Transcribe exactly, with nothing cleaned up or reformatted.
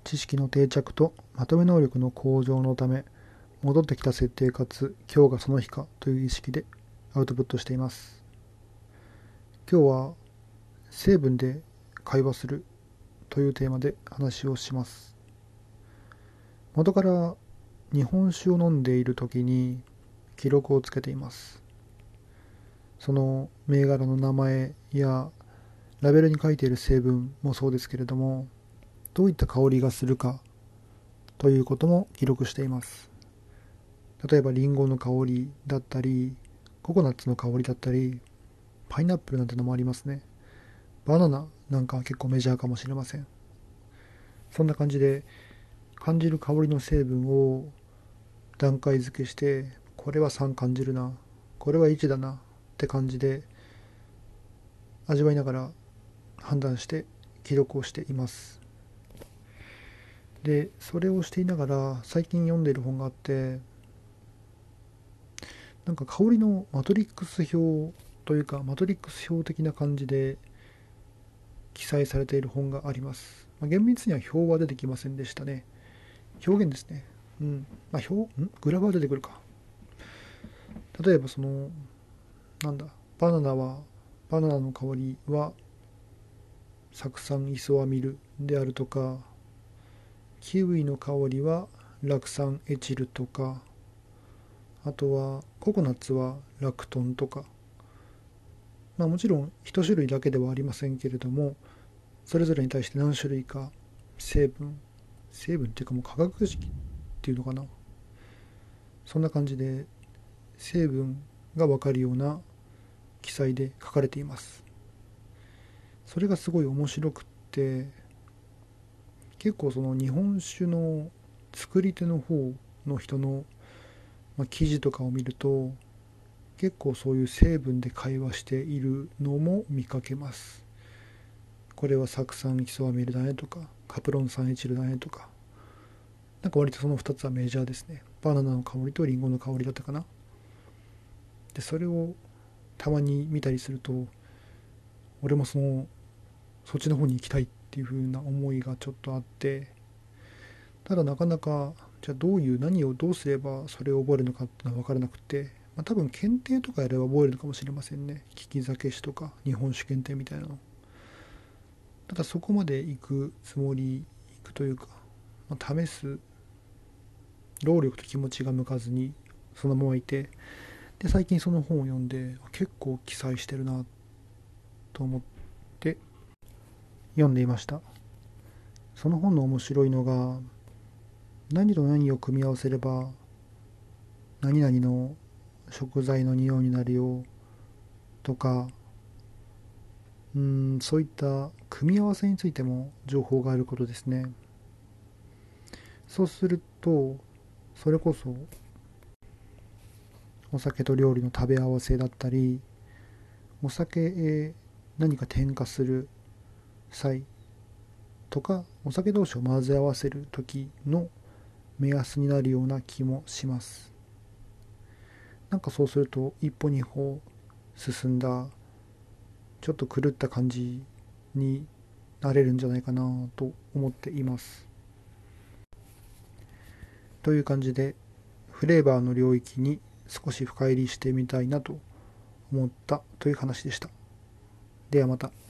知識の定着とまとめ能力の向上のため、戻ってきた設定かつ今日がその日かという意識でアウトプットしています。今日は成分で会話するというテーマで話をします。元から日本酒を飲んでいる時に記録をつけています。その銘柄の名前やラベルに書いている成分もそうですけれども、どういった香りがするかということも記録しています。例えばリンゴの香りだったり、ココナッツの香りだったり、パイナップルなんてのもありますね。バナナなんかは結構メジャーかもしれません。そんな感じで感じる香りの成分を段階付けして、これはさん感じるな、これはいちだなって感じで味わいながら判断して記録をしています。で、それをしていながら最近読んでいる本があって、なんか香りのマトリックス表というかマトリックス表的な感じで記載されている本があります。まあ、厳密には表は出てきませんでしたね。表現ですね。うん。まあ表、んグラフは出てくるか。例えばその、なんだ、バナナは、バナナの香りは酢酸イソアミルであるとか、キウイの香りは酪酸エチルとか、あとはココナッツはラクトンとか、まあもちろん一種類だけではありませんけれども、それぞれに対して何種類か成分、成分っていうかもう化学式っていうのかな。そんな感じで成分が分かるような記載で書かれています。それがすごい面白くって、結構その日本酒の作り手の方の人の、まあ、記事とかを見ると、結構そういう成分で会話しているのも見かけます。これは酢酸イソアミルだねとか、カプロン酸エチルだねとか、なんか割とそのふたつはメジャーですね。バナナの香りとリンゴの香りだったかな。で、それをたまに見たりすると、俺もそのそっちの方に行きたいっていう風な思いがちょっとあって、ただなかなかじゃあどういう何をどうすればそれを覚えるのかっていうのは分からなくて、まあ、多分検定とかやれば覚えるのかもしれませんね。利き酒師とか日本酒検定みたいなの。ただそこまで行くつもり、行くというか、まあ、試す労力と気持ちが向かずにそのままいて、で最近その本を読んで結構記載してるなと思って読んでいました。その本の面白いのが、何と何を組み合わせれば何々の食材の匂いになるよとか、うーんそういった組み合わせについても情報があることですね。そうすると、それこそお酒と料理の食べ合わせだったり、お酒へ何か添加する際とか、お酒同士を混ぜ合わせる時の目安になるような気もします。なんかそうすると一歩二歩進んだ、ちょっと狂った感じになれるんじゃないかなと思っています。という感じで、フレーバーの領域に少し深入りしてみたいなと思ったという話でした。ではまた。